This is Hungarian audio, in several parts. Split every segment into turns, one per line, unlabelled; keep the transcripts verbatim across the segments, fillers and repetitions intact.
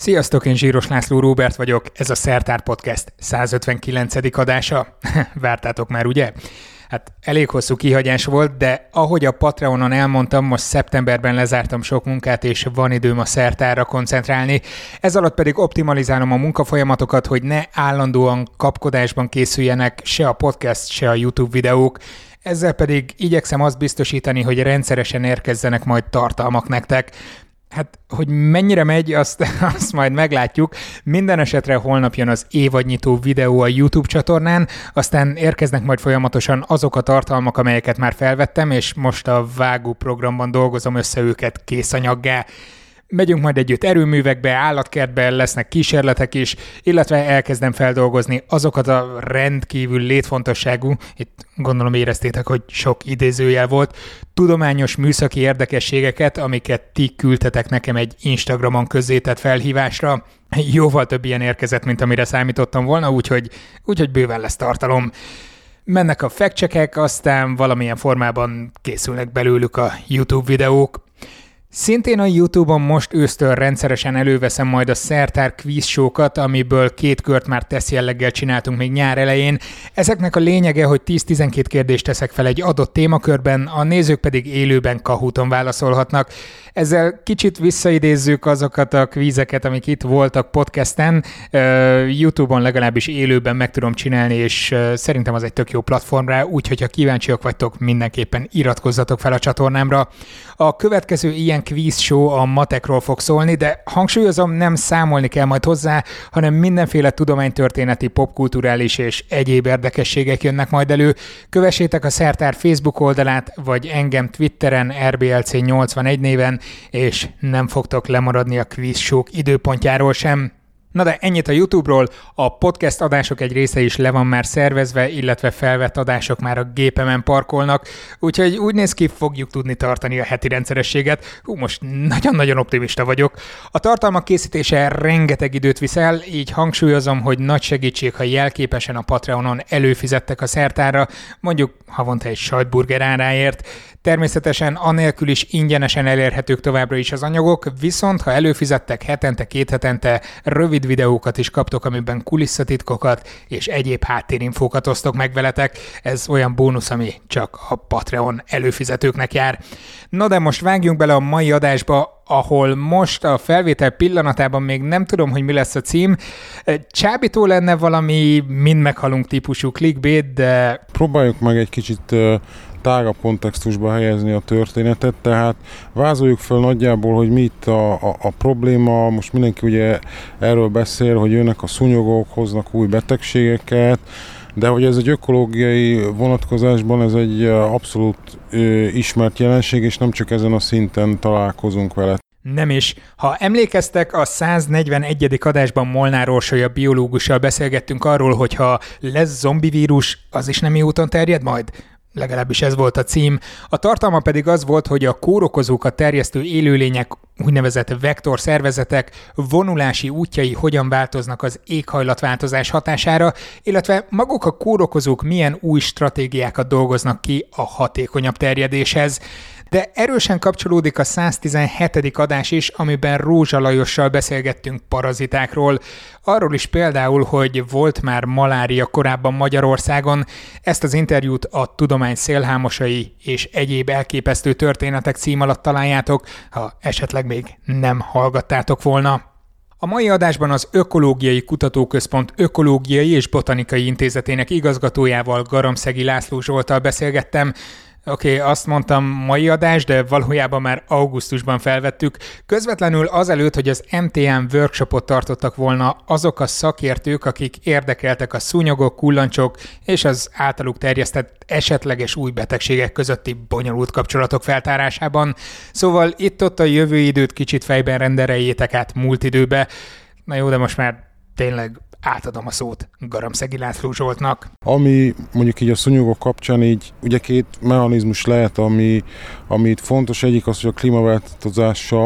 Sziasztok, én Zsíros László Róbert vagyok, ez a Szertár Podcast százötvenkilencedik adása. Vártátok már, ugye? Hát elég hosszú kihagyás volt, de ahogy a Patreonon elmondtam, most szeptemberben lezártam sok munkát, és van időm a Szertárra koncentrálni. Ez alatt pedig optimalizálom a munkafolyamatokat, hogy ne állandóan kapkodásban készüljenek se a podcast, se a YouTube videók. Ezzel pedig igyekszem azt biztosítani, hogy rendszeresen érkezzenek majd tartalmak nektek. Hát, hogy mennyire megy, azt, azt majd meglátjuk. Minden esetre holnap jön az évadnyitó videó a YouTube csatornán, aztán érkeznek majd folyamatosan azok a tartalmak, amelyeket már felvettem, és most a Vágó programban dolgozom össze őket készaняggá. Megyünk majd együtt erőművekbe, állatkertbe, lesznek kísérletek is, illetve elkezdem feldolgozni azokat a rendkívül létfontosságú, itt gondolom éreztétek, hogy sok idézőjel volt, tudományos műszaki érdekességeket, amiket ti küldtetek nekem egy Instagramon közzétett felhívásra. Jóval több ilyen érkezett, mint amire számítottam volna, úgyhogy, úgyhogy bőven lesz tartalom. Mennek a fact-checkek, aztán valamilyen formában készülnek belőlük a YouTube videók. Szintén a YouTube-on most ősztől rendszeresen előveszem majd a Szertár quiz show-kat, amiből két kört már teszt jelleggel csináltunk még nyár elején. Ezeknek a lényege, hogy tíz-tizenkét kérdést teszek fel egy adott témakörben, a nézők pedig élőben Kahooton válaszolhatnak. Ezzel kicsit visszaidézzük azokat a kvízeket, amik itt voltak podcasten. YouTube-on legalábbis élőben meg tudom csinálni, és szerintem az egy tök jó platform rá, úgyhogy ha kíváncsiak vagytok, mindenképpen iratkozzatok fel a csatornámra. A következő ilyen quiz show a matekról fog szólni, de hangsúlyozom, nem számolni kell majd hozzá, hanem mindenféle tudománytörténeti, popkulturális és egyéb érdekességek jönnek majd elő. Kövessétek a Szertár Facebook oldalát, vagy engem Twitteren er bé el cé nyolcvanegy néven, és nem fogtok lemaradni a quiz show időpontjáról sem. Na de ennyit a YouTube-ról, a podcast adások egy része is le van már szervezve, illetve felvett adások már a gépemen parkolnak, úgyhogy úgy néz ki, fogjuk tudni tartani a heti rendszerességet. Hú, most nagyon-nagyon optimista vagyok. A tartalmak készítése rengeteg időt visz el, így hangsúlyozom, hogy nagy segítség, ha jelképesen a Patreonon előfizettek a Szertárra, mondjuk havonta egy sajtburger áráért. Természetesen anélkül is ingyenesen elérhetők továbbra is az anyagok, viszont ha előfizettek hetente, két hetente rövid videókat is kaptok, amiben kulisszatitkokat és egyéb háttérinfókat osztok meg veletek. Ez olyan bónusz, ami csak a Patreon előfizetőknek jár. Na de most vágjunk bele a mai adásba, ahol most a felvétel pillanatában még nem tudom, hogy mi lesz a cím. Csábító lenne valami mind meghalunk típusú clickbait, de...
Próbáljuk meg egy kicsit tágabb kontextusba helyezni a történetet, tehát vázoljuk fel nagyjából, hogy mi itt a, a, a probléma. Most mindenki ugye erről beszél, hogy jönnek a szúnyogok, hoznak új betegségeket, de hogy ez egy ökológiai vonatkozásban ez egy abszolút ö, ismert jelenség, és nem csak ezen a szinten találkozunk vele.
Nem is. Ha emlékeztek, a száznegyvenegyedik adásban Molnár Orsolya biológussal beszélgettünk arról, hogy ha lesz zombivírus, az is nemi úton terjed majd? Legalábbis ez volt a cím. A tartalma pedig az volt, hogy a kórokozókat terjesztő élőlények, úgynevezett vektor szervezetek vonulási útjai hogyan változnak az éghajlatváltozás hatására, illetve maguk a kórokozók milyen új stratégiákat dolgoznak ki a hatékonyabb terjedéshez. De erősen kapcsolódik a száztizenhetedik adás is, amiben Rózsa Lajossal beszélgettünk parazitákról. Arról is például, hogy volt már malária korábban Magyarországon. Ezt az interjút a Tudomány szélhámosai és egyéb elképesztő történetek cím alatt találjátok, ha esetleg még nem hallgattátok volna. A mai adásban az Ökológiai Kutatóközpont Ökológiai és Botanikai Intézetének igazgatójával, Garamszegi László Zsolttal beszélgettem. Oké, okay, azt mondtam mai adás, de valójában már augusztusban felvettük. Közvetlenül azelőtt, hogy az em té en workshopot tartottak volna azok a szakértők, akik érdekeltek a szúnyogok, kullancsok és az általuk terjesztett esetleges új betegségek közötti bonyolult kapcsolatok feltárásában. Szóval itt-ott a jövő időt kicsit fejben rendereljétek át múlt időbe. Na jó, de most már tényleg átadom a szót Garamszegi László Zsoltnak.
Ami mondjuk így a szúnyogok kapcsán így, ugye két mechanizmus lehet, ami, ami itt fontos. Egyik az, hogy a klímaváltozással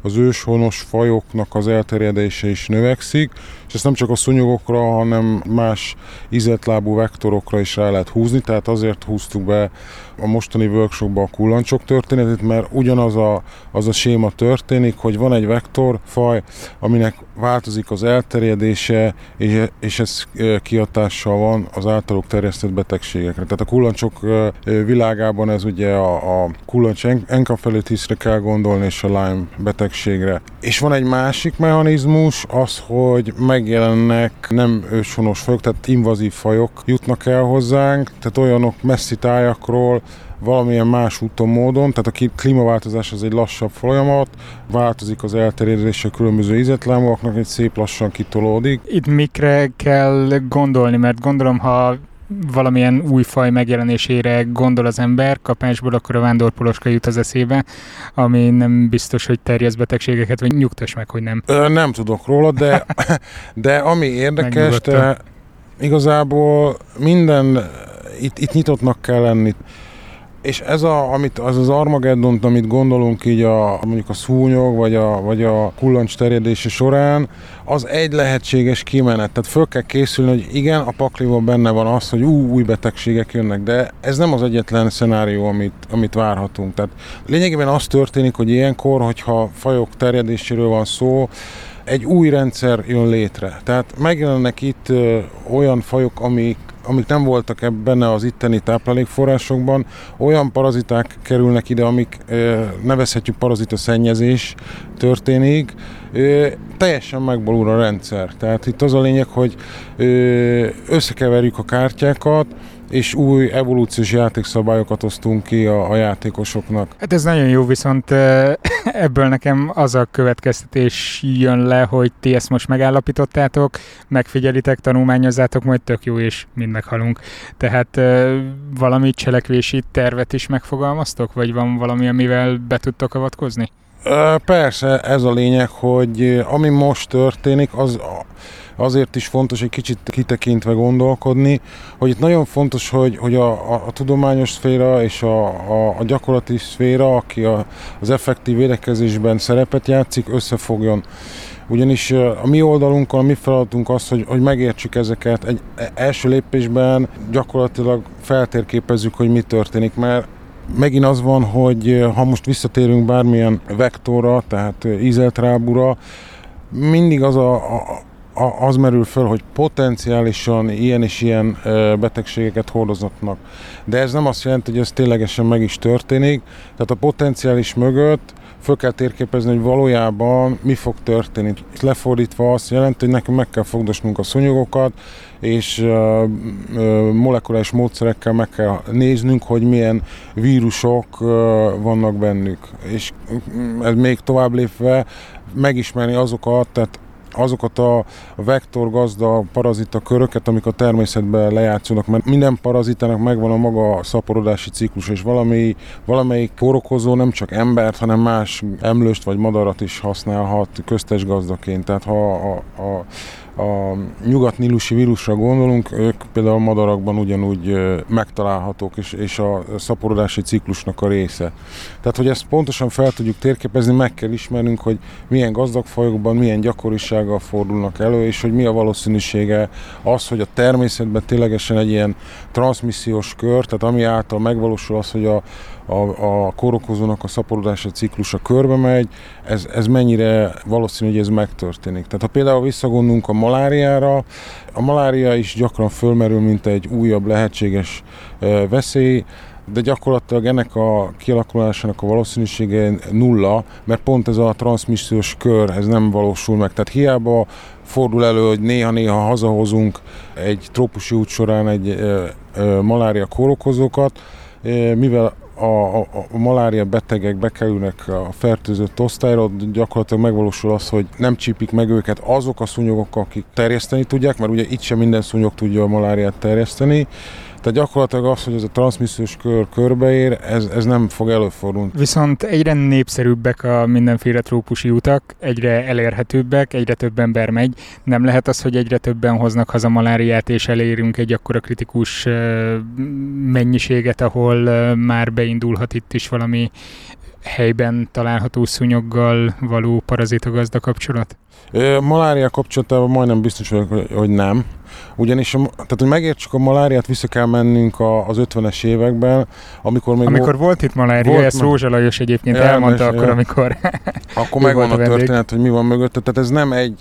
az őshonos fajoknak az elterjedése is növekszik, és ezt nem csak a szúnyogokra, hanem más ízeltlábú vektorokra is rá lehet húzni, tehát azért húztuk be a mostani workshopba a kullancsok történetét, mert ugyanaz a, az a séma történik, hogy van egy vektorfaj, aminek változik az elterjedése, és, és ez kihatással van az általuk terjesztett betegségekre. Tehát a kullancsok világában ez ugye a, a kullancs enkefalitisre kell gondolni, és a Lyme betegségre. És van egy másik mechanizmus, az, hogy megjelennek nem őshonos fajok, tehát invazív fajok jutnak el hozzánk, tehát olyanok messzi tájakról, valamilyen más úton, módon, tehát a klímaváltozás az egy lassabb folyamat, változik az elterjedése a különböző ízeltlábúaknak, egy szép lassan kitolódik.
Itt mikre kell gondolni, mert gondolom, ha valamilyen új faj megjelenésére gondol az ember kapásból, akkor a vándorpoloska jut az eszébe, ami nem biztos, hogy terjeszt betegségeket, vagy nyugtass meg, hogy nem.
Ö, nem tudok róla, de, de ami érdekes, de igazából minden, itt, itt nyitottnak kell lenni. És ez a, amit, az az Armageddon, amit gondolunk így a, mondjuk a szúnyog, vagy a, vagy a kullancs terjedése során, az egy lehetséges kimenet. Tehát föl kell készülni, hogy igen, a pakliban benne van az, hogy ú, új betegségek jönnek, de ez nem az egyetlen szenárió, amit, amit várhatunk. Tehát lényegében az történik, hogy ilyenkor, hogyha fajok terjedéséről van szó, egy új rendszer jön létre. Tehát megjelennek itt ö, olyan fajok, amik amik nem voltak ebben az itteni táplálékforrásokban, olyan paraziták kerülnek ide, amik nevezhetjük parazita szennyezés történik, teljesen megbolul a rendszer. Tehát itt az a lényeg, hogy összekeverjük a kártyákat, és új evolúciós játékszabályokat osztunk ki a, a játékosoknak.
Hát ez nagyon jó, viszont ebből nekem az a következtetés jön le, hogy ti ezt most megállapítottátok, megfigyelitek, tanulmányozzátok, majd tök jó, és mind meghalunk. Tehát valami cselekvési tervet is megfogalmaztok, vagy van valami, amivel be tudtok avatkozni?
Persze, ez a lényeg, hogy ami most történik, az azért is fontos egy kicsit kitekintve gondolkodni, hogy itt nagyon fontos, hogy, hogy a, a, a tudományos szféra és a, a, a gyakorlati szféra, aki a, az effektív védekezésben szerepet játszik, összefogjon. Ugyanis a mi oldalunkon, a mi feladatunk az, hogy, hogy megértsük ezeket. Egy első lépésben gyakorlatilag feltérképezzük, hogy mi történik, mert megint az van, hogy ha most visszatérünk bármilyen vektorra, tehát ízeltrábúra, mindig az a, a az merül föl, hogy potenciálisan ilyen és ilyen betegségeket hordozhatnak. De ez nem azt jelenti, hogy ez ténylegesen meg is történik. Tehát a potenciális mögött föl kell térképezni, hogy valójában mi fog történni. Lefordítva azt jelenti, hogy nekünk meg kell fogdosnunk a szúnyogokat, és molekuláris módszerekkel meg kell néznünk, hogy milyen vírusok vannak bennük. És ez még tovább lépve megismerni azokat, tehát azokat a vektorgazda parazita köröket, amik a természetben lejátszódnak, mert minden parazitának megvan a maga szaporodási ciklus, és valami, valamelyik kórokozó nem csak embert, hanem más emlőst vagy madarat is használhat köztes gazdaként. Tehát ha a, a, a nyugat-nílusi vírusra gondolunk, ők például a madarakban ugyanúgy megtalálhatók, és, és a szaporodási ciklusnak a része. Tehát, hogy ezt pontosan fel tudjuk térképezni, meg kell ismernünk, hogy milyen gazdag fajokban, milyen gyakorisággal fordulnak elő, és hogy mi a valószínűsége az, hogy a természetben ténylegesen egy ilyen transzmissziós kör, tehát ami által megvalósul az, hogy a a, a kórokozónak a szaporodási ciklusa körbe megy, ez, ez mennyire valószínű, hogy ez megtörténik. Tehát ha például visszagondolunk a maláriára, a malária is gyakran fölmerül, mint egy újabb lehetséges e, veszély, de gyakorlatilag ennek a kialakulásának a valószínűsége nulla, mert pont ez a transzmissziós kör, ez nem valósul meg. Tehát hiába fordul elő, hogy néha-néha hazahozunk egy trópusi út során egy e, e, malária kórokozókat, e, mivel A, a, a malária betegek bekerülnek a fertőzött osztályra, gyakorlatilag megvalósul az, hogy nem csípik meg őket azok a szúnyogok, akik terjeszteni tudják, mert ugye itt sem minden szúnyog tudja a maláriát terjeszteni. Tehát gyakorlatilag az, hogy ez a transzmissziós kör körbeér, ez, ez nem fog előfordulni.
Viszont egyre népszerűbbek a mindenféle trópusi utak, egyre elérhetőbbek, egyre több ember megy. Nem lehet az, hogy egyre többen hoznak haza maláriát, és elérünk egy akkora kritikus mennyiséget, ahol már beindulhat itt is valami helyben található szúnyoggal való parazitagazda kapcsolat?
Malária kapcsolatában majdnem biztos vagyok, hogy nem. Ugyanis, tehát hogy megértsük a maláriát, vissza kell mennünk az ötvenes években, amikor még...
Amikor vo- volt itt malária, volt, ezt Rózsa Lajos egyébként elmes, elmondta akkor, ja. amikor...
Akkor megvan a, a történet, hogy mi van mögötte. Tehát ez nem egy...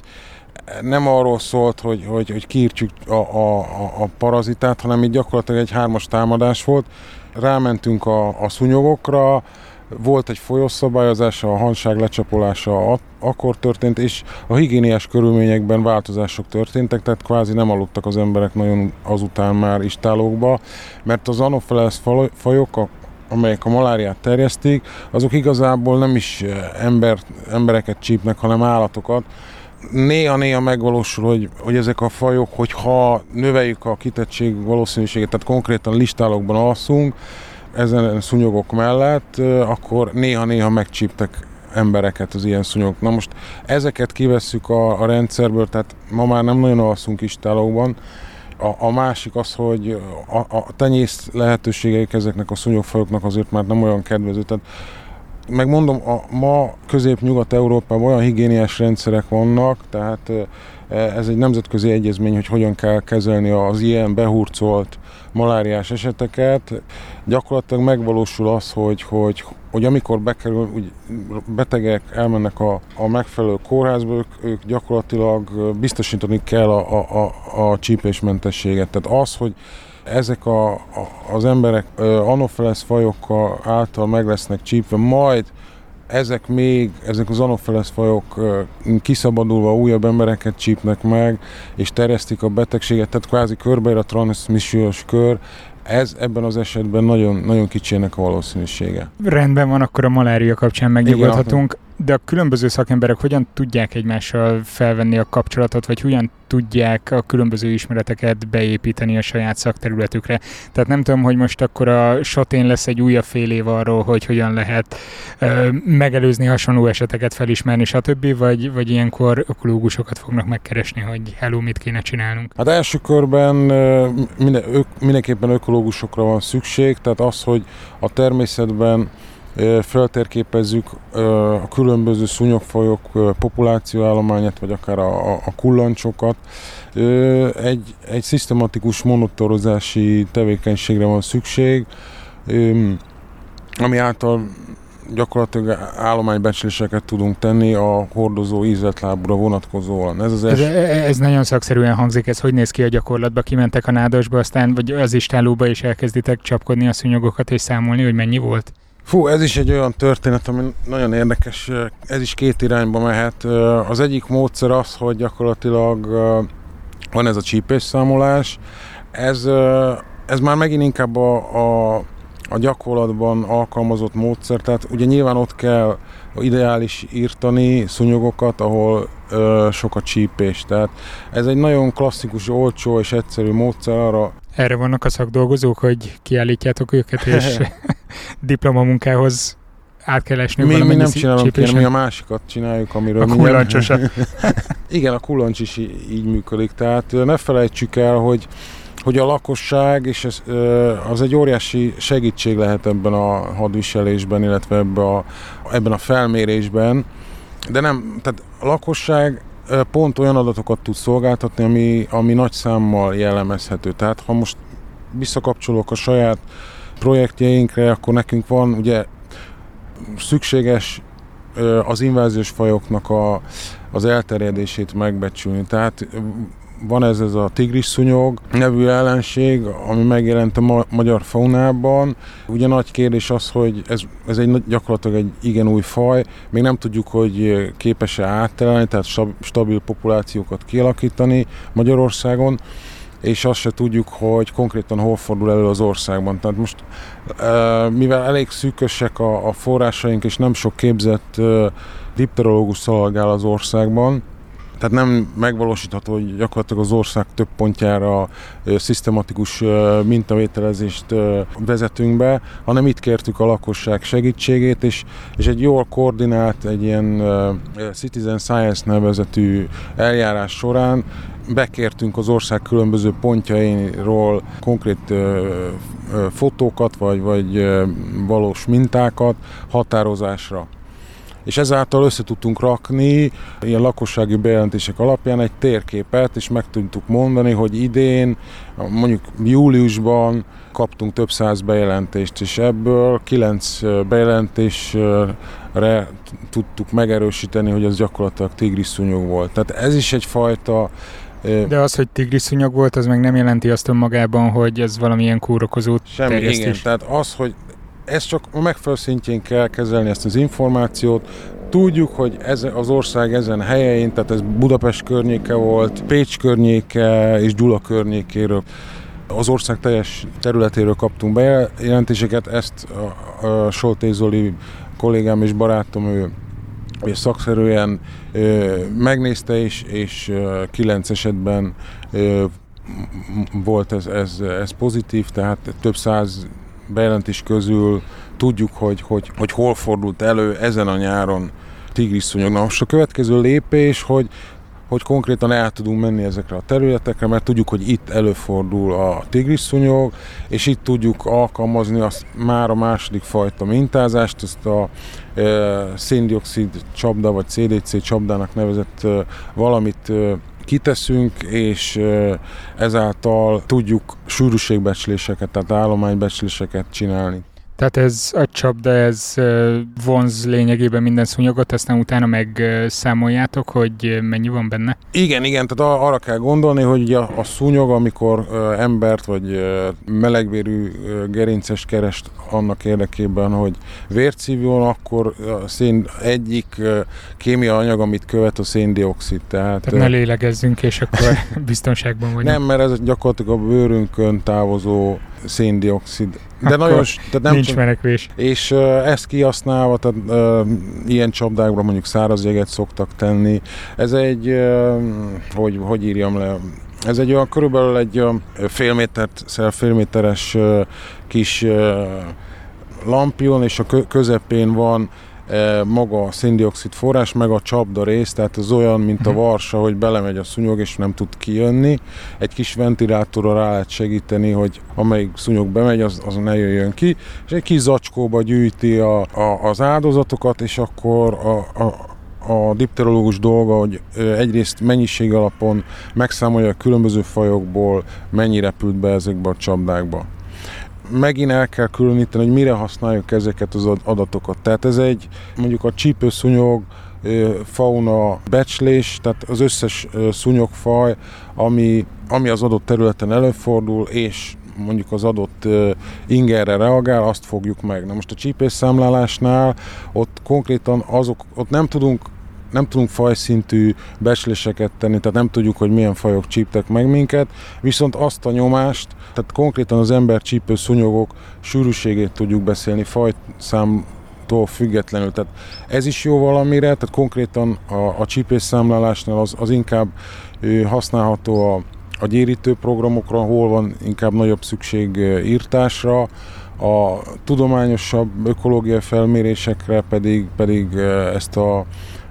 Nem arról szólt, hogy, hogy, hogy kiírtjuk a, a, a parazitát, hanem így gyakorlatilag egy hármas támadás volt. Rámentünk a, a szúnyogokra, volt egy folyószabályozása, a hanság lecsapolása akkor történt, és a higiéniás körülményekben változások történtek, tehát kvázi nem aludtak az emberek nagyon azután már istálókba, mert az Anopheles fajok, amelyek a maláriát terjesztik, azok igazából nem is ember, embereket csípnek, hanem állatokat. Néha-néha megvalósul, hogy, hogy ezek a fajok, hogyha növeljük a kitettség valószínűséget, tehát konkrétan listálókban alszunk, ezen szúnyogok mellett, akkor néha-néha megcsíptek embereket az ilyen szúnyogok. Na most ezeket kivesszük a, a rendszerből, tehát ma már nem nagyon alszunk istálókban. A, a másik az, hogy a, a tenyész lehetőségeik ezeknek a szúnyogfajoknak azért már nem olyan kedvező. Tehát megmondom, a, ma Közép-Nyugat-Európában olyan higiéniás rendszerek vannak, tehát ez egy nemzetközi egyezmény, hogy hogyan kell kezelni az ilyen behurcolt maláriás eseteket. Gyakorlatilag megvalósul az, hogy, hogy, hogy amikor bekerül, úgy betegek elmennek a, a megfelelő kórházba, ők, ők gyakorlatilag biztosítani kell a, a, a, a csípésmentességet. Tehát az, hogy ezek a, a, az emberek Anopheles fajokkal által meg lesznek csípve, majd ezek még, ezek az Anopheles fajok kiszabadulva újabb embereket csípnek meg, és terjesztik a betegséget, tehát kvázi körbeér a transzmissziós kör, ez ebben az esetben nagyon, nagyon kicsi ennek a valószínűsége.
Rendben van, akkor a malária kapcsán megnyugodhatunk, de a különböző szakemberek hogyan tudják egymással felvenni a kapcsolatot, vagy hogyan tudják a különböző ismereteket beépíteni a saját szakterületükre. Tehát nem tudom, hogy most akkor a sotén lesz egy újabb fél év arról, hogy hogyan lehet ö, megelőzni hasonló eseteket, felismerni, stb., vagy, vagy ilyenkor ökológusokat fognak megkeresni, hogy hello, mit kéne csinálnunk?
Hát első körben minden, ök, mindenképpen ökológusokra van szükség, tehát az, hogy a természetben feltérképezzük a különböző szúnyogfajok populációállományát, vagy akár a, a kullancsokat. Egy, egy szisztematikus monitorozási tevékenységre van szükség, ami által gyakorlatilag állománybecsléseket tudunk tenni a hordozó ízletlábúra vonatkozóan. Ez, az es...
ez, ez nagyon szakszerűen hangzik, ez hogy néz ki a gyakorlatban? Kimentek a nádasba, aztán vagy az istálóba, és elkezditek csapkodni a szúnyogokat, és számolni, hogy mennyi volt?
Fú, ez is egy olyan történet, ami nagyon érdekes, ez is két irányba mehet. Az egyik módszer az, hogy gyakorlatilag van ez a csípésszámolás, ez, ez már megint inkább a, a, a gyakorlatban alkalmazott módszer, tehát ugye nyilván ott kell ideális írtani szúnyogokat, ahol ö, sok a csípés, tehát ez egy nagyon klasszikus, olcsó és egyszerű módszer arra.
Erre vannak a szakdolgozók, hogy kiállítjátok őket, és diplomamunkához át kell esni.
Mi, mi nem csinálunk ilyen, mi a másikat csináljuk, amiről...
A kullancsosak.
Igen, a kullancs is így működik, tehát ne felejtsük el, hogy hogy a lakosság, és ez, az egy óriási segítség lehet ebben a hadviselésben, illetve ebben a, ebben a felmérésben, de nem, tehát a lakosság pont olyan adatokat tud szolgáltatni, ami, ami nagy számmal jellemezhető. Tehát ha most visszakapcsolok a saját projektjeinkre, akkor nekünk van ugye szükséges az inváziós fajoknak a, az elterjedését megbecsülni. Tehát van ez, ez a tigris szúnyog nevű ellenség, ami megjelent a ma- magyar faunában. Ugye nagy kérdés az, hogy ez, ez egy gyakorlatilag egy igen új faj, még nem tudjuk, hogy képes-e áttelelni, tehát stabil populációkat kialakítani Magyarországon, és azt se tudjuk, hogy konkrétan hol fordul elő az országban. Tehát most, mivel elég szűkösek a, a forrásaink, és nem sok képzett dipterológus szolgál az országban, tehát nem megvalósítható, hogy gyakorlatilag az ország több pontjára ö, szisztematikus ö, mintavételezést ö, vezetünk be, hanem itt kértük a lakosság segítségét, és, és egy jól koordinált, egy ilyen ö, Citizen Science nevezetű eljárás során bekértünk az ország különböző pontjairól konkrét ö, ö, fotókat, vagy, vagy ö, valós mintákat határozásra. És ezáltal össze tudtunk rakni ilyen lakossági bejelentések alapján egy térképet, és meg tudtuk mondani, hogy idén, mondjuk júliusban kaptunk több száz bejelentést, és ebből kilenc bejelentésre tudtuk megerősíteni, hogy ez gyakorlatilag tigrisszúnyog volt. Tehát ez is egyfajta...
De az, hogy tigrisszúnyog volt, az meg nem jelenti azt önmagában, hogy ez valamilyen kórokozót
Semmi,
terjesztés.
igen, tehát az, hogy ez csak a megfelelő szintjén kell kezelni ezt az információt. Tudjuk, hogy ez, az ország ezen helyein, tehát ez Budapest környéke volt, Pécs környéke és Gyula környékéről, az ország teljes területéről kaptunk bejelentéseket, ezt a, a Soltész Zoli kollégám és barátom, ő és szakszerűen ö, megnézte is, és ö, kilenc esetben ö, volt ez, ez, ez pozitív, tehát több száz bejelentés közül tudjuk, hogy, hogy, hogy hol fordult elő ezen a nyáron tigrisszúnyog. Na most a következő lépés, hogy, hogy konkrétan el tudunk menni ezekre a területekre, mert tudjuk, hogy itt előfordul a tigrisszúnyog, és itt tudjuk alkalmazni azt már a második fajta mintázást, ezt a e, széndioxid csapda, vagy cé dé cé csapdának nevezett e, valamit e, kiteszünk, és e, ezáltal tudjuk sűrűségbecsléseket, tehát állománybecsléseket csinálni.
Tehát ez a csapda, ez vonz lényegében minden szúnyogot, aztán utána megszámoljátok, hogy mennyi van benne?
Igen, igen, tehát arra kell gondolni, hogy a, a szúnyog, amikor uh, embert vagy uh, melegvérű uh, gerincest keres annak érdekében, hogy vért szívjon, akkor a szén egyik uh, kémia anyag, amit követ, a széndioxid. Tehát,
tehát ne lélegezzünk, és akkor biztonságban vagyunk.
Nem, mert ez gyakorlatilag a bőrünkön távozó széndioxid. De
akkor
nagyon, tehát nem
nincs
csak,
menekvés.
És uh, ezt kihasználva, tehát uh, ilyen csapdákra mondjuk száraz jeget szoktak tenni. Ez egy, uh, hogy, hogy írjam le, ez egy olyan körülbelül egy uh, fél métert, fél méteres uh, kis uh, lampion, és a közepén van maga a széndioxid forrás, meg a csapda rész, tehát ez olyan, mint a varsa, hogy belemegy a szúnyog, és nem tud kijönni. Egy kis ventilátorra rá lehet segíteni, hogy amelyik szúnyog bemegy, az, az ne jöjjön ki, és egy kis zacskóba gyűjti a, a, az áldozatokat, és akkor a, a a dipterológus dolga, hogy egyrészt mennyiség alapon megszámolja a különböző fajokból, mennyi repült be ezekbe a csapdákba. Megint el kell különíteni, hogy mire használjuk ezeket az adatokat. Tehát ez egy, mondjuk a csípőszúnyog fauna becslés, tehát az összes szúnyogfaj, ami, ami az adott területen előfordul, és mondjuk az adott ingerre reagál, azt fogjuk meg. Na most a csípésszámlálásnál ott konkrétan azok, ott nem tudunk nem tudunk fajszintű becsléseket tenni, tehát nem tudjuk, hogy milyen fajok csíptek meg minket, viszont azt a nyomást, tehát konkrétan az ember csípő szúnyogok sűrűségét tudjuk beszélni fajszámtól függetlenül. Tehát ez is jó valamire, tehát konkrétan a, a csípésszámlálásnál az, az inkább ő, használható a, a gyérítő programokra, hol van inkább nagyobb szükség írtásra, a tudományosabb ökológiai felmérésekre pedig, pedig ezt a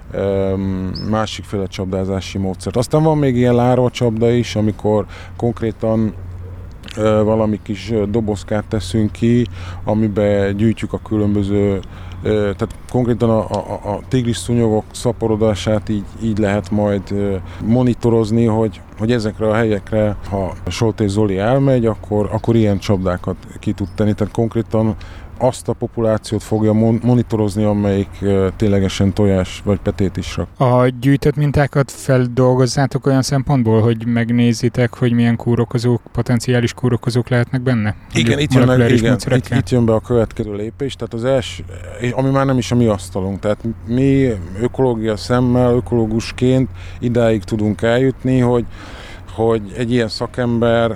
másikféle csapdázási módszert. Aztán van még ilyen lárvacsapda is, amikor konkrétan valami kis dobozkát teszünk ki, amiben gyűjtjük a különböző, tehát konkrétan a, a, a tigrisszúnyogok szaporodását így, így lehet majd monitorozni, hogy, hogy ezekre a helyekre, ha Soltész Zoli elmegy, akkor, akkor ilyen csapdákat ki tud tenni. Tehát konkrétan azt a populációt fogja monitorozni, amelyik ténylegesen tojás vagy petét is rak.
A gyűjtött mintákat feldolgozzátok olyan szempontból, hogy megnézitek, hogy milyen kórokozók, potenciális kórokozók lehetnek benne?
Igen, itt jön, meg, igen itt, itt jön be a következő lépés, tehát az első, ami már nem is a mi asztalunk, tehát mi ökológia szemmel, ökológusként idáig tudunk eljutni, hogy hogy egy ilyen szakember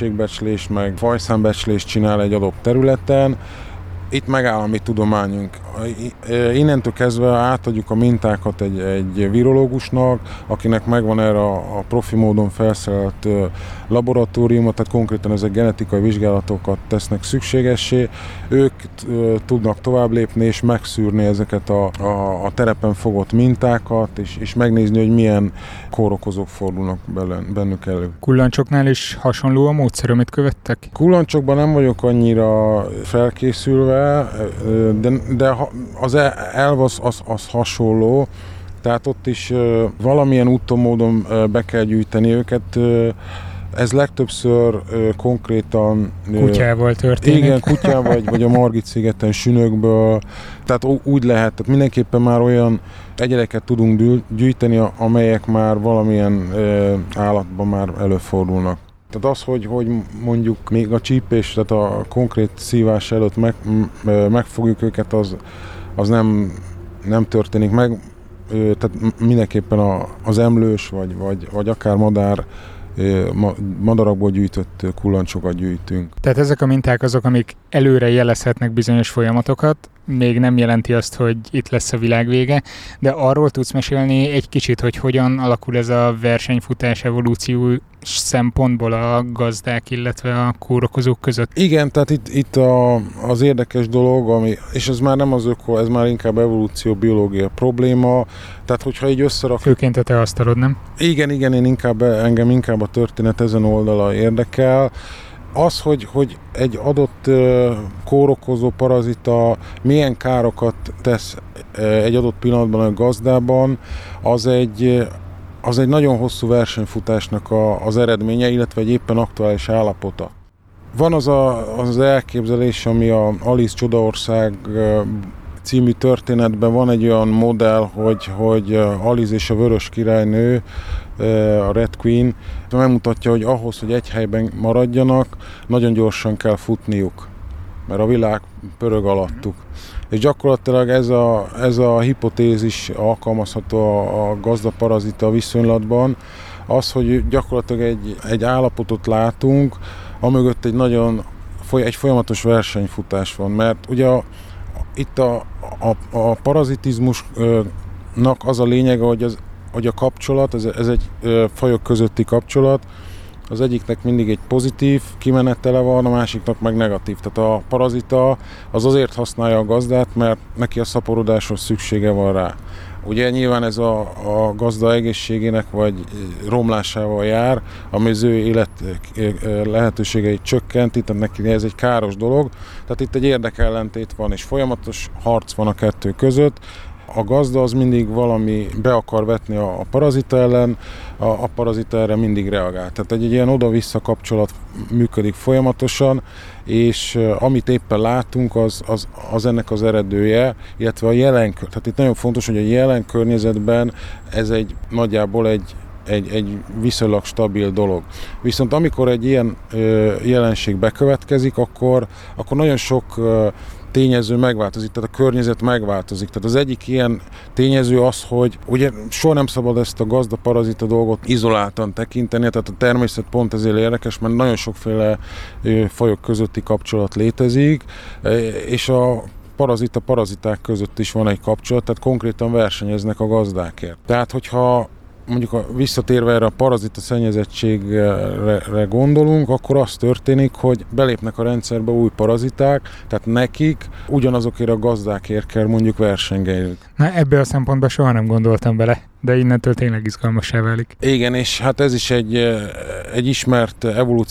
sűrűségbecslés meg fajszámbecslést csinál egy adott területen. Itt megáll a mi tudományunk. innentől kezdve átadjuk a mintákat egy, egy virológusnak, akinek megvan erre a, a profi módon felszerelt laboratóriuma, tehát konkrétan ezek genetikai vizsgálatokat tesznek szükségessé. Ők tudnak tovább lépni és megszűrni ezeket a, a, a terepen fogott mintákat, és, és megnézni, hogy milyen kórokozók fordulnak bennük elő.
Kullancsoknál is hasonló a módszer, amit követtek?
Kullancsokban nem vagyok annyira felkészülve, de, de az elv az, az, az hasonló, tehát ott is valamilyen úton, módon be kell gyűjteni őket. Ez legtöbbször konkrétan...
Kutyával történik.
Igen, kutyával, vagy, vagy a Margit-szigeten sünökből. Tehát úgy lehet, tehát mindenképpen már olyan egyedeket tudunk gyűjteni, amelyek már valamilyen állatban már előfordulnak. Tehát az, hogy, hogy mondjuk még a csípés, tehát a konkrét szívás előtt meg, megfogjuk őket, az, az nem, nem történik meg. Tehát mindenképpen a, az emlős, vagy, vagy, vagy akár madár, madarakból gyűjtött kullancsokat gyűjtünk.
Tehát ezek a minták azok, amik előre jelezhetnek bizonyos folyamatokat, még nem jelenti azt, hogy itt lesz a világ vége, de arról tudsz mesélni egy kicsit, hogy hogyan alakul ez a versenyfutás evolúció szempontból a gazdák, illetve a kórokozók között?
Igen, tehát itt, itt a, az érdekes dolog, ami, és ez már nem az öko, ez már inkább evolúció, biológia probléma, tehát hogyha így összerak...
Főként a te asztalod, nem?
Igen, igen, én inkább, engem inkább a történet ezen oldala érdekel. Az, hogy, hogy egy adott uh, kórokozó parazita milyen károkat tesz uh, egy adott pillanatban a gazdában, az egy, az egy nagyon hosszú versenyfutásnak a, az eredménye, illetve egy éppen aktuális állapota. Van az a, az elképzelés, ami a Alice Csodaország uh, című történetben van egy olyan modell, hogy, hogy Alice és a Vörös királynő, a Red Queen megmutatja, hogy ahhoz, hogy egy helyben maradjanak, nagyon gyorsan kell futniuk, mert a világ pörög alattuk. És gyakorlatilag ez a, ez a hipotézis alkalmazható a, a gazda-parazita viszonylatban, az, hogy gyakorlatilag egy, egy állapotot látunk, amögött egy nagyon egy folyamatos versenyfutás van, mert ugye a, itt a, a, a parazitizmusnak az a lényege, hogy, az, hogy a kapcsolat, ez, ez egy fajok közötti kapcsolat, az egyiknek mindig egy pozitív kimenetele van, a másiknak meg negatív. Tehát a parazita az azért használja a gazdát, mert neki a szaporodáshoz szüksége van rá. Ugye nyilván ez a, a gazda egészségének vagy romlásával jár, ami az ő élet lehetőségeit csökkenti, tehát neki ez egy káros dolog. Tehát itt egy érdekellentét van, és folyamatos harc van a kettő között. A gazda az mindig valami be akar vetni a, a parazita ellen, a, a parazita erre mindig reagál. Tehát egy, egy ilyen oda-vissza kapcsolat működik folyamatosan, és uh, amit éppen látunk, az, az, az ennek az eredője, illetve a jelen, tehát itt nagyon fontos, hogy a jelen környezetben ez egy nagyjából egy Egy, egy viszonylag stabil dolog. Viszont amikor egy ilyen ö, jelenség bekövetkezik, akkor, akkor nagyon sok ö, tényező megváltozik, tehát a környezet megváltozik. Tehát az egyik ilyen tényező az, hogy ugye soha nem szabad ezt a gazda-parazita dolgot izoláltan tekinteni, tehát a természet pont ezért érdekes, mert nagyon sokféle ö, fajok közötti kapcsolat létezik, és a parazita paraziták között is van egy kapcsolat, tehát konkrétan versenyeznek a gazdákért. Tehát hogyha mondjuk a, visszatérve erre a parazita szennyezettségre gondolunk, akkor az történik, hogy belépnek a rendszerbe új paraziták, tehát nekik ugyanazokért a gazdákért kell mondjuk versengeniük.
Na, ebbe a szempontból soha nem gondoltam bele, de innentől tényleg izgalmassá válik.
Igen, és hát ez is egy, egy ismert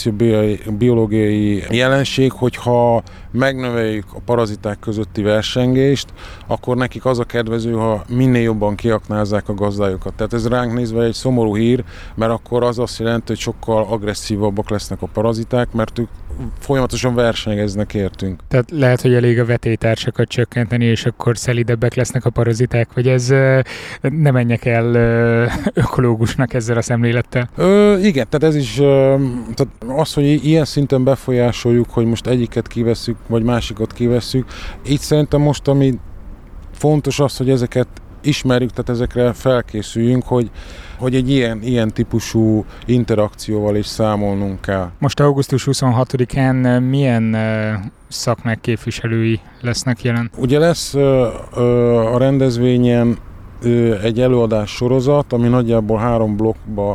evolúcióbiológiai jelenség, hogyha megnöveljük a paraziták közötti versengést, akkor nekik az a kedvező, ha minél jobban kiaknázzák a gazdájukat. Tehát ez ránk nézve egy szomorú hír, mert akkor az azt jelenti, hogy sokkal agresszívabbak lesznek a paraziták, mert ők folyamatosan versenyeznek értünk.
Tehát lehet, hogy elég a vetélytársakat csökkenteni, és akkor szelidebbek lesznek a paraziták, vagy ez ne menjek el ökológusnak ezzel a szemlélettel?
Ö, igen, tehát ez is, tehát az, hogy ilyen szinten befolyásoljuk, hogy most egyiket kivesszük, vagy másikat kivesszük, így szerintem most, ami fontos az, hogy ezeket ismerjük, tehát ezekre felkészüljünk, hogy, hogy egy ilyen, ilyen típusú interakcióval is számolnunk kell.
Most augusztus huszonhatodikán milyen szakmák képviselői lesznek jelen?
Ugye lesz a rendezvényen egy előadás sorozat, ami nagyjából három blokkba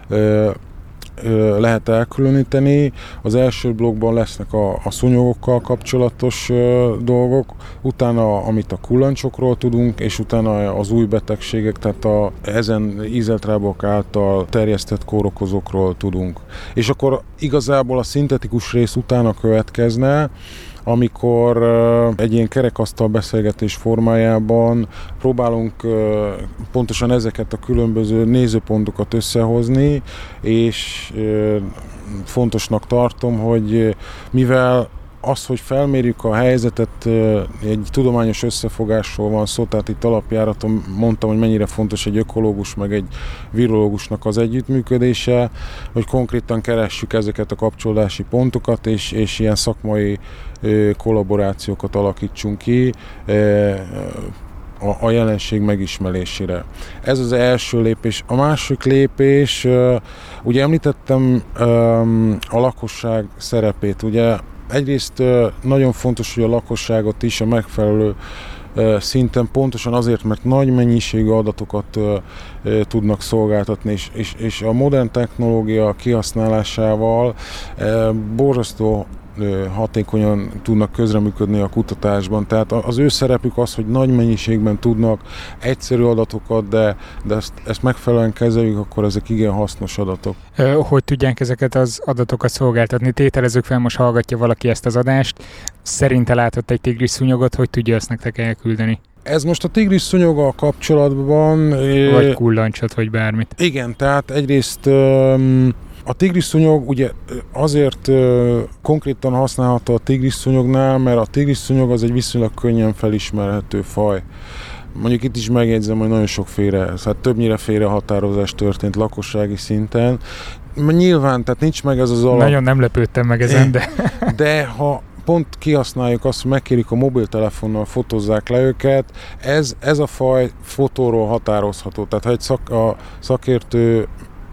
lehet elkülöníteni. Az első blokkban lesznek a, a szúnyogokkal kapcsolatos ö, dolgok, utána amit a kullancsokról tudunk, és utána az új betegségek, tehát a ezen ízeltrábok által terjesztett kórokozókról tudunk. És akkor igazából a szintetikus rész utána következne, amikor uh, egy ilyen kerekasztal beszélgetés formájában próbálunk uh, pontosan ezeket a különböző nézőpontokat összehozni, és uh, fontosnak tartom, hogy uh, mivel az, hogy felmérjük a helyzetet, egy tudományos összefogásról van szó, tehát itt alapjáraton mondtam, hogy mennyire fontos egy ökológus meg egy virológusnak az együttműködése, hogy konkrétan keressük ezeket a kapcsolódási pontokat, és, és ilyen szakmai kollaborációkat alakítsunk ki a jelenség megismerésére. Ez az első lépés. A másik lépés, ugye említettem a lakosság szerepét, ugye egyrészt nagyon fontos, hogy a lakosságot is a megfelelő szinten pontosan azért, mert nagy mennyiségű adatokat tudnak szolgáltatni, és, és, és a modern technológia kihasználásával borzasztó hatékonyan tudnak közreműködni a kutatásban. Tehát az ő szerepük az, hogy nagy mennyiségben tudnak egyszerű adatokat, de, de ezt, ezt megfelelően kezeljük, akkor ezek igen hasznos adatok.
Hogy tudják ezeket az adatokat szolgáltatni? Tételezzük fel, most hallgatja valaki ezt az adást, szerinte látott egy tigris szúnyogot, hogy tudja ezt nektek elküldeni?
Ez most a tigris szúnyoggal kapcsolatban...
Vagy kullancsot, vagy bármit.
Igen, tehát egyrészt... A tigrisszúnyog ugye azért uh, konkrétan használható a tigrisszúnyognál, mert a tigrisszúnyog az egy viszonylag könnyen felismerhető faj. Mondjuk itt is megjegyzem, hogy nagyon sokféle, hát többnyire félrehatározás történt lakossági szinten. Nyilván, tehát nincs meg ez az alap...
Nagyon nem lepődtem meg ezen, de...
De ha pont kihasználjuk azt, hogy megkérik a mobiltelefonnal, fotózzák le őket, ez, ez a faj fotóról határozható. Tehát ha egy szak, a szakértő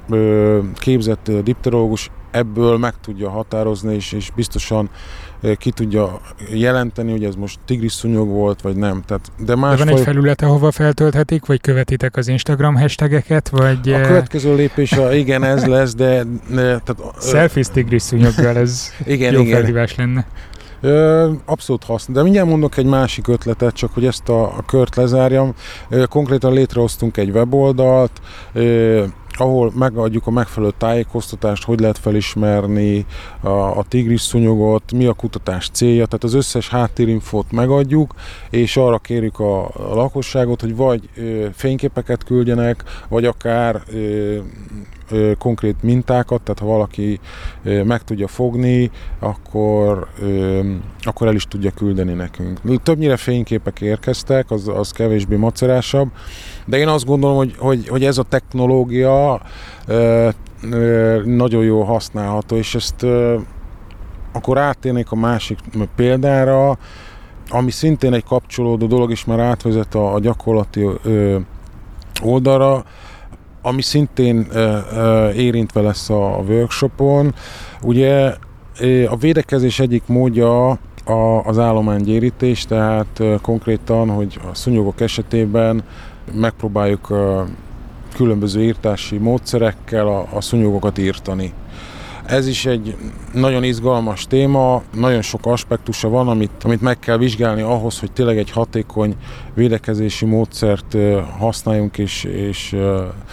képzett dipterológus ebből meg tudja határozni, és, és biztosan ki tudja jelenteni, hogy ez most tigrisszúnyog volt, vagy nem. Tehát, de más
de van
faj...
egy felület, ahova feltölthetik, vagy követitek az Instagram hashtageket, vagy...
A következő lépés, a, igen, ez lesz, de... de tehát,
selfies tigrisszúnyoggal, ez
igen,
jó
igen.
felhívás lenne.
Ö, abszolút hasznos. De mindjárt mondok egy másik ötletet, csak hogy ezt a, a kört lezárjam. Ö, konkrétan létrehoztunk egy weboldalt, ö, ahol megadjuk a megfelelő tájékoztatást, hogy lehet felismerni a, a tigrisszúnyogot, mi a kutatás célja, tehát az összes háttérinfót megadjuk, és arra kérjük a, a lakosságot, hogy vagy ö, fényképeket küldjenek, vagy akár ö, ö, konkrét mintákat, tehát ha valaki ö, meg tudja fogni, akkor, ö, akkor el is tudja küldeni nekünk. Többnyire fényképek érkeztek, az, az kevésbé macerásabb, de én azt gondolom, hogy, hogy, hogy ez a technológia ö, ö, nagyon jól használható, és ezt ö, akkor áttérnék a másik példára, ami szintén egy kapcsolódó dolog, és már átvezet a, a gyakorlati ö, oldalra, ami szintén ö, ö, érintve lesz a, a workshopon. Ugye ö, a védekezés egyik módja a, az állománygyérítés, tehát ö, konkrétan, hogy a szúnyogok esetében megpróbáljuk uh, különböző írtási módszerekkel a, a szúnyogokat írtani. Ez is egy nagyon izgalmas téma, nagyon sok aspektusa van, amit, amit meg kell vizsgálni ahhoz, hogy tényleg egy hatékony védekezési módszert uh, használjunk és, és uh,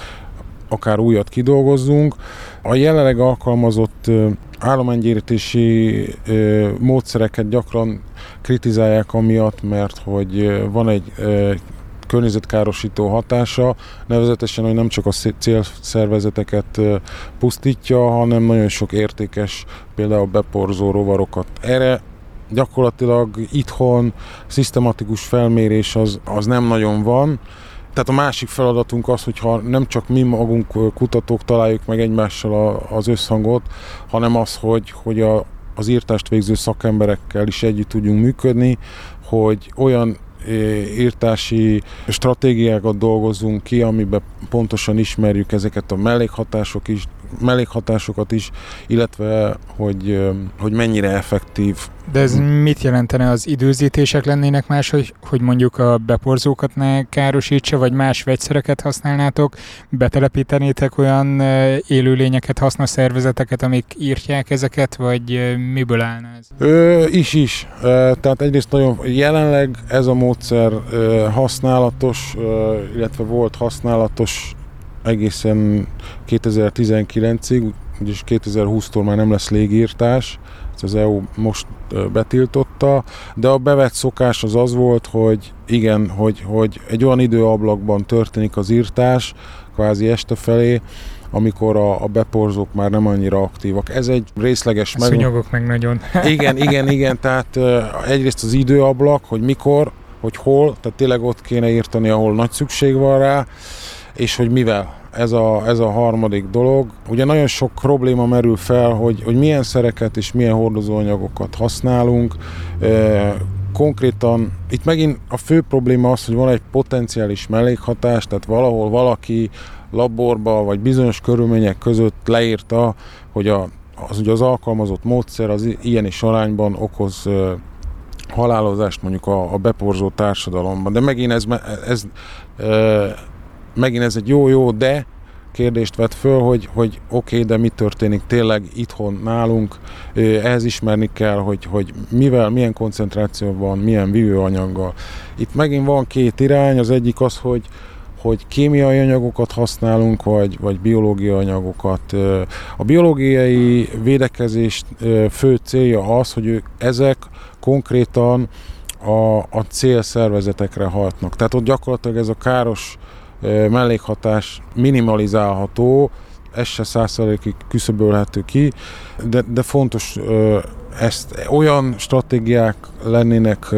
akár újat kidolgozzunk. A jelenleg alkalmazott uh, állománygyérítési uh, módszereket gyakran kritizálják amiatt, mert hogy uh, van egy uh, környezetkárosító hatása, nevezetesen, hogy nem csak a célszervezeteket pusztítja, hanem nagyon sok értékes, például beporzó rovarokat. Erre gyakorlatilag itthon szisztematikus felmérés az, az nem nagyon van. Tehát a másik feladatunk az, hogyha nem csak mi magunk kutatók találjuk meg egymással az összhangot, hanem az, hogy, hogy a, az írtást végző szakemberekkel is együtt tudjunk működni, hogy olyan írtási stratégiákat dolgozzunk ki, amiben pontosan ismerjük ezeket a mellékhatások is, mellékhatásokat is, illetve hogy, hogy mennyire effektív.
De ez mit jelentene? Az időzítések lennének más, hogy, hogy mondjuk a beporzókat ne károsítsa, vagy más vegyszereket használnátok, betelepítenétek olyan élőlényeket, hasznaszervezeteket, amik írtják ezeket, vagy miből állna ez?
Ö, is is. Tehát egyrészt nagyon jelenleg ez a módszer használatos, illetve volt használatos egészen kétezer-tizenkilencig, úgyis kétezer-húsztól már nem lesz légírtás, ezt az é u most betiltotta, de a bevett szokás az az volt, hogy igen, hogy, hogy egy olyan időablakban történik az írtás, kvázi este felé, amikor a, a beporzók már nem annyira aktívak. Ez egy részleges...
A szúnyogok meg nagyon.
Igen, igen, igen, tehát egyrészt az időablak, hogy mikor, hogy hol, tehát tényleg ott kéne írtani, ahol nagy szükség van rá, és hogy mivel. Ez a, ez a harmadik dolog. Ugye nagyon sok probléma merül fel, hogy, hogy milyen szereket és milyen hordozóanyagokat használunk. E, konkrétan itt megint a fő probléma az, hogy van egy potenciális mellékhatás, tehát valahol valaki laborba vagy bizonyos körülmények között leírta, hogy a, az, ugye az alkalmazott módszer az ilyen is arányban okoz e, halálozást mondjuk a, a beporzó társadalomban. De megint ez, ez e, Megint ez egy jó-jó, de kérdést vet föl, hogy, hogy oké, okay, de mi történik tényleg itthon nálunk. Ehhez ismerni kell, hogy, hogy mivel, milyen koncentrációban, milyen vívőanyaggal. Itt megint van két irány, az egyik az, hogy, hogy kémiai anyagokat használunk, vagy, vagy biológiai anyagokat. A biológiai védekezés fő célja az, hogy ők, ezek konkrétan a, a célszervezetekre hatnak. Tehát ott gyakorlatilag ez a káros mellékhatás minimalizálható, ez se száz százalékig küszöbölhető ki, de, de fontos ezt, olyan stratégiák lennének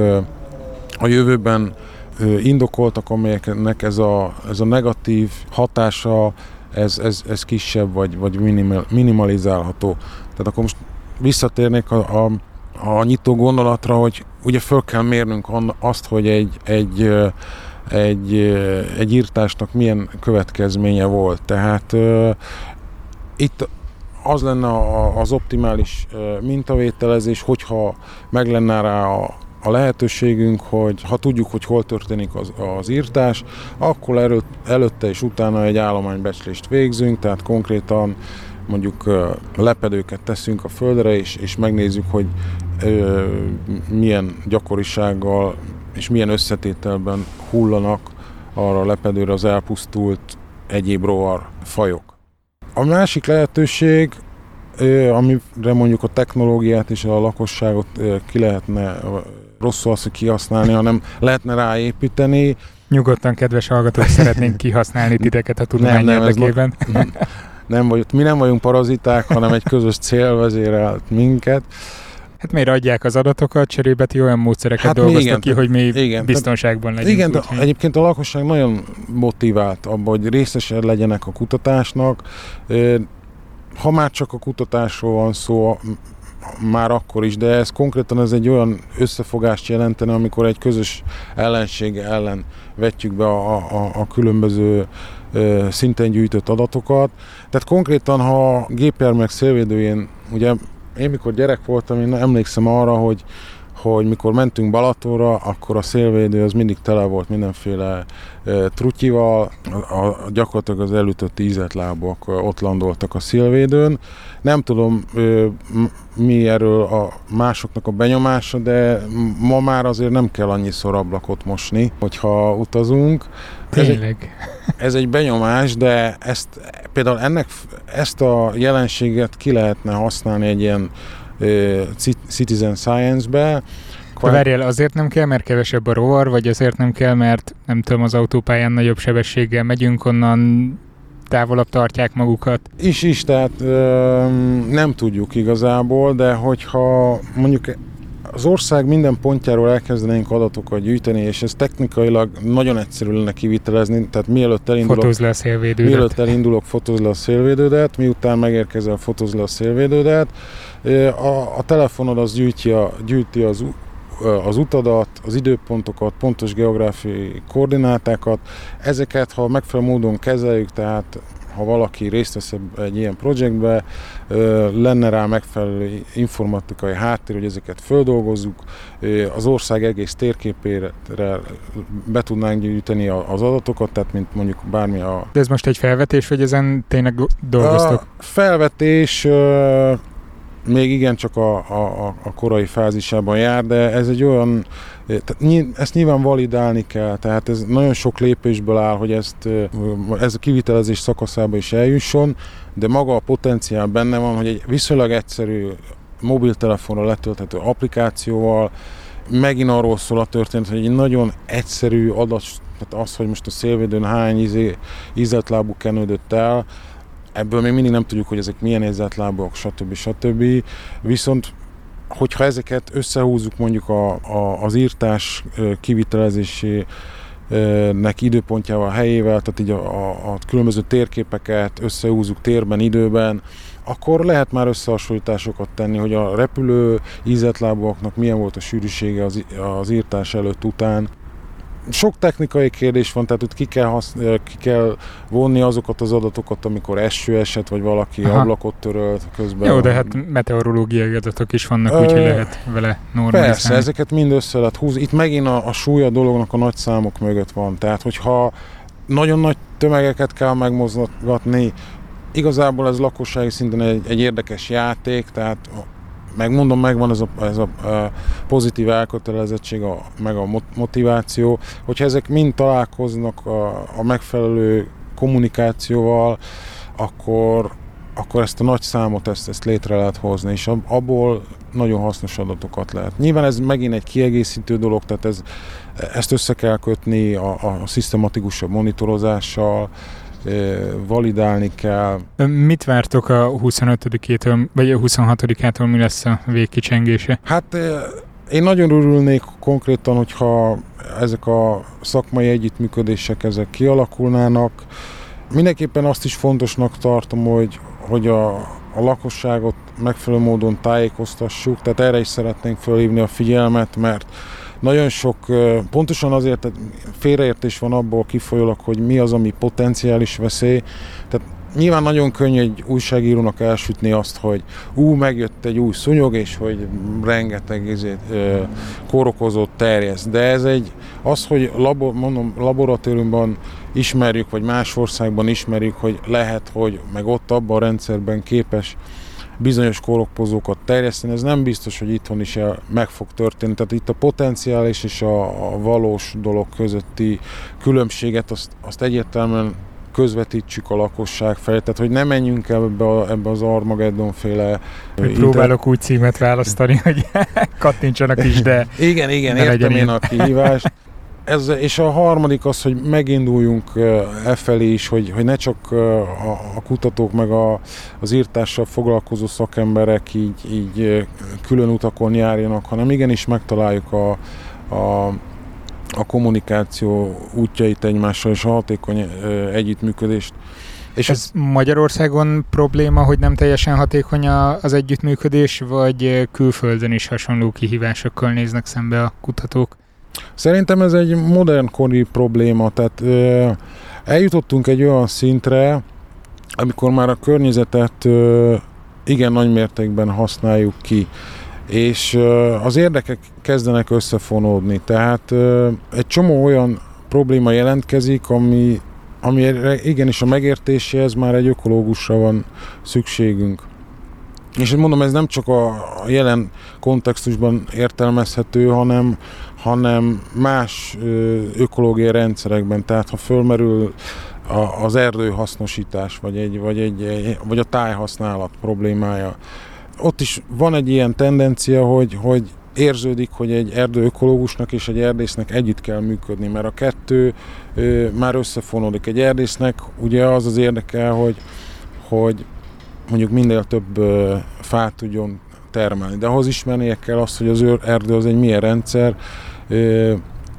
a jövőben indokoltak, amelyeknek ez a, ez a negatív hatása, ez, ez, ez kisebb vagy, vagy minimal, minimalizálható. Tehát akkor most visszatérnék a, a, a nyitó gondolatra, hogy ugye föl kell mérnünk azt, hogy egy, egy Egy, egy írtásnak milyen következménye volt. Tehát uh, itt az lenne a, az optimális uh, mintavételezés, hogyha meg lenne rá a, a lehetőségünk, hogy ha tudjuk, hogy hol történik az, az írtás, akkor előtt, előtte és utána egy állománybecslést végzünk, tehát konkrétan mondjuk uh, lepedőket teszünk a földre, és, és megnézzük, hogy uh, milyen gyakorisággal és milyen összetételben hullanak arra a lepedőre az elpusztult egyéb rovar fajok. A másik lehetőség, amire mondjuk a technológiát és a lakosságot ki lehetne, rosszul az, hogy kihasználni, hanem lehetne ráépíteni.
Nyugodtan, kedves hallgatók, szeretnénk kihasználni titeket a tudomány nem, nem, érdekében.
Nem, nem vagy, mi nem vagyunk paraziták, hanem egy közös cél vezérelt minket.
Hát miért adják az adatokat, cserébe ti olyan módszereket hát dolgoztak igen, ki, hogy mi igen, biztonságban legyünk.
Igen, úgy, hogy... egyébként a lakosság nagyon motivált abban, hogy részesen legyenek a kutatásnak. Ha már csak a kutatásról van szó, már akkor is, de ez konkrétan ez egy olyan összefogást jelentene, amikor egy közös ellensége ellen vetjük be a, a, a különböző szinten gyűjtött adatokat. Tehát konkrétan, ha gépjárművek szélvédőjén, ugye én mikor gyerek voltam, én emlékszem arra, hogy, hogy mikor mentünk Balatonra, akkor a szélvédő az mindig tele volt mindenféle e, trutyival, a, a, gyakorlatilag az elütött ízeltlábak ott landoltak a szélvédőn. Nem tudom, e, mi erről a másoknak a benyomása, de ma már azért nem kell annyiszor ablakot mosni, hogyha utazunk.
Tényleg.
Ez egy, ez egy benyomás, de ezt, például ennek, ezt a jelenséget ki lehetne használni egy ilyen uh, citizen science-be.
De várjál, azért nem kell, mert kevesebb a rovar, vagy azért nem kell, mert nem tudom, az autópályán nagyobb sebességgel megyünk, onnan távolabb tartják magukat?
Is, is, tehát uh, nem tudjuk igazából, de hogyha mondjuk az ország minden pontjáról elkezdenénk adatokat gyűjteni, és ez technikailag nagyon egyszerű lenne kivitelezni, tehát mielőtt elindulok,
fotózd le a szélvédődet.
Mielőtt elindulok, fotózd le a szélvédődet, miután megérkezel, fotózd le a szélvédődet. A, a telefonod az gyűjti, a, gyűjti az az utadat, az időpontokat, pontos geográfiai koordinátákat. Ezeket, ha megfelelő módon kezeljük, tehát ha valaki részt vesz egy ilyen projektbe, lenne rá megfelelő informatikai háttér, hogy ezeket földolgozzuk, az ország egész térképére be tudnánk gyűjteni az adatokat, tehát mint mondjuk bármi a...
De ez most egy felvetés, vagy ezen tényleg dolgoztok?
A felvetés még igencsak a, a, a korai fázisában jár, de ez egy olyan, tehát ezt nyilván validálni kell, tehát ez nagyon sok lépésből áll, hogy ezt, ez a kivitelezés szakaszába is eljusson, de maga a potenciál benne van, hogy egy viszonylag egyszerű mobiltelefonra letölthető applikációval, megint arról szól a történet, hogy egy nagyon egyszerű adat, tehát az, hogy most a szélvédőn hány izé, ízeltlábú kenődött el, ebből még mindig nem tudjuk, hogy ezek milyen ízeltlábúak, stb. stb. Viszont, hogyha ezeket összehúzzuk mondjuk a, a, az írtás kivitelezésének időpontjával, helyével, tehát így a, a, a különböző térképeket összehúzzuk térben, időben, akkor lehet már összehasonlításokat tenni, hogy a repülő ízeltlábúaknak milyen volt a sűrűsége az, az írtás előtt, után. Sok technikai kérdés van, tehát ott ki kell, használ, ki kell vonni azokat az adatokat, amikor eső esett, vagy valaki Aha. ablakot törölt közben.
Jó, de hát meteorológiai adatok is vannak, Ö, úgyhogy lehet vele normalizálni.
Persze, ezeket mind össze lehet húzni. Itt megint a, a súly a dolognak a nagy számok mögött van. Tehát, hogyha nagyon nagy tömegeket kell megmozgatni, igazából ez lakossági szinten egy, egy érdekes játék, tehát megmondom, megvan ez a, ez a, a pozitív elkötelezettség, a, meg a motiváció, hogyha ezek mind találkoznak a, a megfelelő kommunikációval, akkor, akkor ezt a nagy számot, ezt, ezt létre lehet hozni, és abból nagyon hasznos adatokat lehet. Nyilván ez megint egy kiegészítő dolog, tehát ez, ezt össze kell kötni a, a szisztematikusabb monitorozással, validálni kell.
Mit vártok a huszonötödikétől, vagy a huszonhatodikától, mi lesz a végkicsengése?
Hát én nagyon örülnék konkrétan, hogyha ezek a szakmai együttműködések ezek kialakulnának. Mindenképpen azt is fontosnak tartom, hogy, hogy a, a lakosságot megfelelő módon tájékoztassuk, tehát erre is szeretnénk felhívni a figyelmet, mert nagyon sok, pontosan azért félreértés van abból kifolyólag, hogy mi az, ami potenciális veszély. Tehát nyilván nagyon könnyű egy újságírónak elsütni azt, hogy ú, megjött egy új szúnyog, és hogy rengeteg ezért, kórokozót terjeszt. De ez egy, az, hogy labor, mondom, laboratóriumban ismerjük, vagy más országban ismerjük, hogy lehet, hogy meg ott abban a rendszerben képes bizonyos kórokozókat terjeszteni, ez nem biztos, hogy itthon is meg fog történni. Tehát itt a potenciális és a, a valós dolog közötti különbséget, azt, azt egyértelműen közvetítsük a lakosság felé, tehát hogy ne menjünk el ebbe, a, ebbe az Armageddon-féle...
Próbálok úgy címet választani, hogy kattintsanak is, de...
Igen, igen, értem én a kihívást. Ez, és a harmadik az, hogy meginduljunk e felé is, hogy, hogy ne csak a, a kutatók meg a, az írtással foglalkozó szakemberek így, így külön utakon járjanak, hanem igenis megtaláljuk a, a, a kommunikáció útjait egymással és a hatékony együttműködést.
És ez Magyarországon probléma, hogy nem teljesen hatékony az együttműködés, vagy külföldön is hasonló kihívásokkal néznek szembe a kutatók?
Szerintem ez egy modernkori probléma, tehát ö, eljutottunk egy olyan szintre, amikor már a környezetet ö, igen nagy mértékben használjuk ki, és ö, az érdekek kezdenek összefonódni, tehát ö, egy csomó olyan probléma jelentkezik, ami, ami igenis a megértéséhez már egy ökológusra van szükségünk. És mondom, ez nem csak a jelen kontextusban értelmezhető, hanem, hanem más ökológiai rendszerekben. Tehát ha fölmerül az erdőhasznosítás, vagy, egy, vagy, egy, vagy a tájhasználat problémája, ott is van egy ilyen tendencia, hogy, hogy érződik, hogy egy erdőökológusnak és egy erdésznek együtt kell működni, mert a kettő ö, már összefonódik. Egy erdésznek ugye az az érdekel, hogy, hogy mondjuk minél több ö, fát tudjon termelni. De ahhoz ismernie kell azt, hogy az erdő az egy milyen rendszer, ö,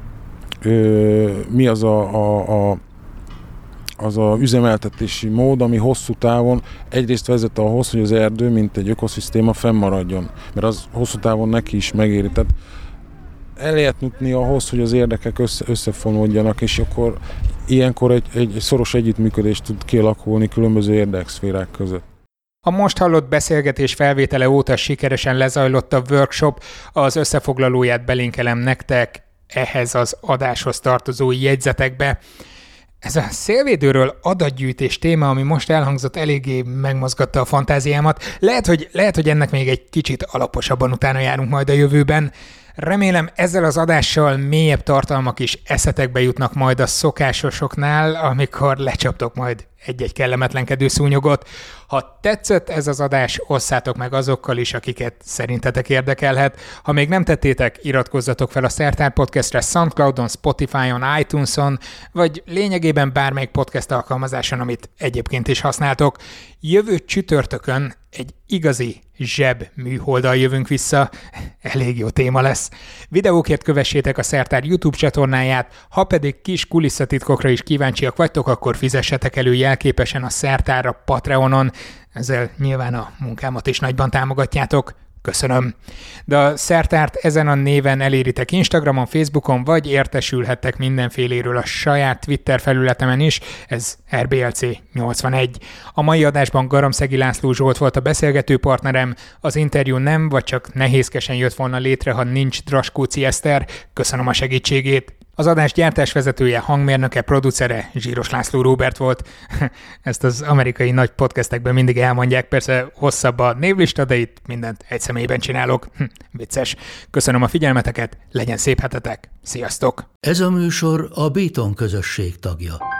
ö, mi az a, a, a, az a üzemeltetési mód, ami hosszú távon egyrészt vezet ahhoz, hogy az erdő, mint egy ökoszisztéma fennmaradjon. Mert az hosszú távon neki is megéri. Tehát el lehet jutni ahhoz, hogy az érdekek össze, összefonódjanak, és akkor ilyenkor egy, egy szoros együttműködés tud kialakulni különböző érdekszférák között.
A most hallott beszélgetés felvétele óta sikeresen lezajlott a workshop, az összefoglalóját belinkelem nektek ehhez az adáshoz tartozó jegyzetekbe. Ez a szélvédőről adatgyűjtés téma, ami most elhangzott, eléggé megmozgatta a fantáziámat. Lehet, hogy, lehet, hogy ennek még egy kicsit alaposabban utána járunk majd a jövőben. Remélem ezzel az adással mélyebb tartalmak is eszetekbe jutnak majd a szokásosoknál, amikor lecsaptok majd egy-egy kellemetlenkedő szúnyogot. Ha tetszett ez az adás, osszátok meg azokkal is, akiket szerintetek érdekelhet. Ha még nem tettétek, iratkozzatok fel a Szertár Podcastre SoundCloudon, Spotify-on, iTunes-on, vagy lényegében bármelyik podcast alkalmazáson, amit egyébként is használtok. Jövő csütörtökön egy igazi zseb műholddal jövünk vissza. Elég jó téma lesz. Videókért kövessétek a Szertár YouTube csatornáját, ha pedig kis kulisszatitkokra is kíváncsiak vagytok, akkor fizessetek elő jelképesen a Szertárra Patreonon. Ezzel nyilván a munkámat is nagyban támogatjátok. Köszönöm. De a Szertárt ezen a néven eléritek Instagramon, Facebookon, vagy értesülhettek mindenféléről a saját Twitter felületemen is, ez er bé el cé nyolcvanegy. A mai adásban Garamszegi László Zsolt volt a beszélgető partnerem, az interjú nem, vagy csak nehézkesen jött volna létre, ha nincs Draskóci Eszter. Köszönöm a segítségét. Az adás gyártásvezetője, hangmérnöke, producere Zsíros László Róbert volt. Ezt az amerikai nagy podcastekben mindig elmondják, persze hosszabb a névlista, de itt mindent egy személyben csinálok. Hm, vicces. Köszönöm a figyelmeteket, legyen szép hetetek. Sziasztok!
Ez a műsor a Béton közösség tagja.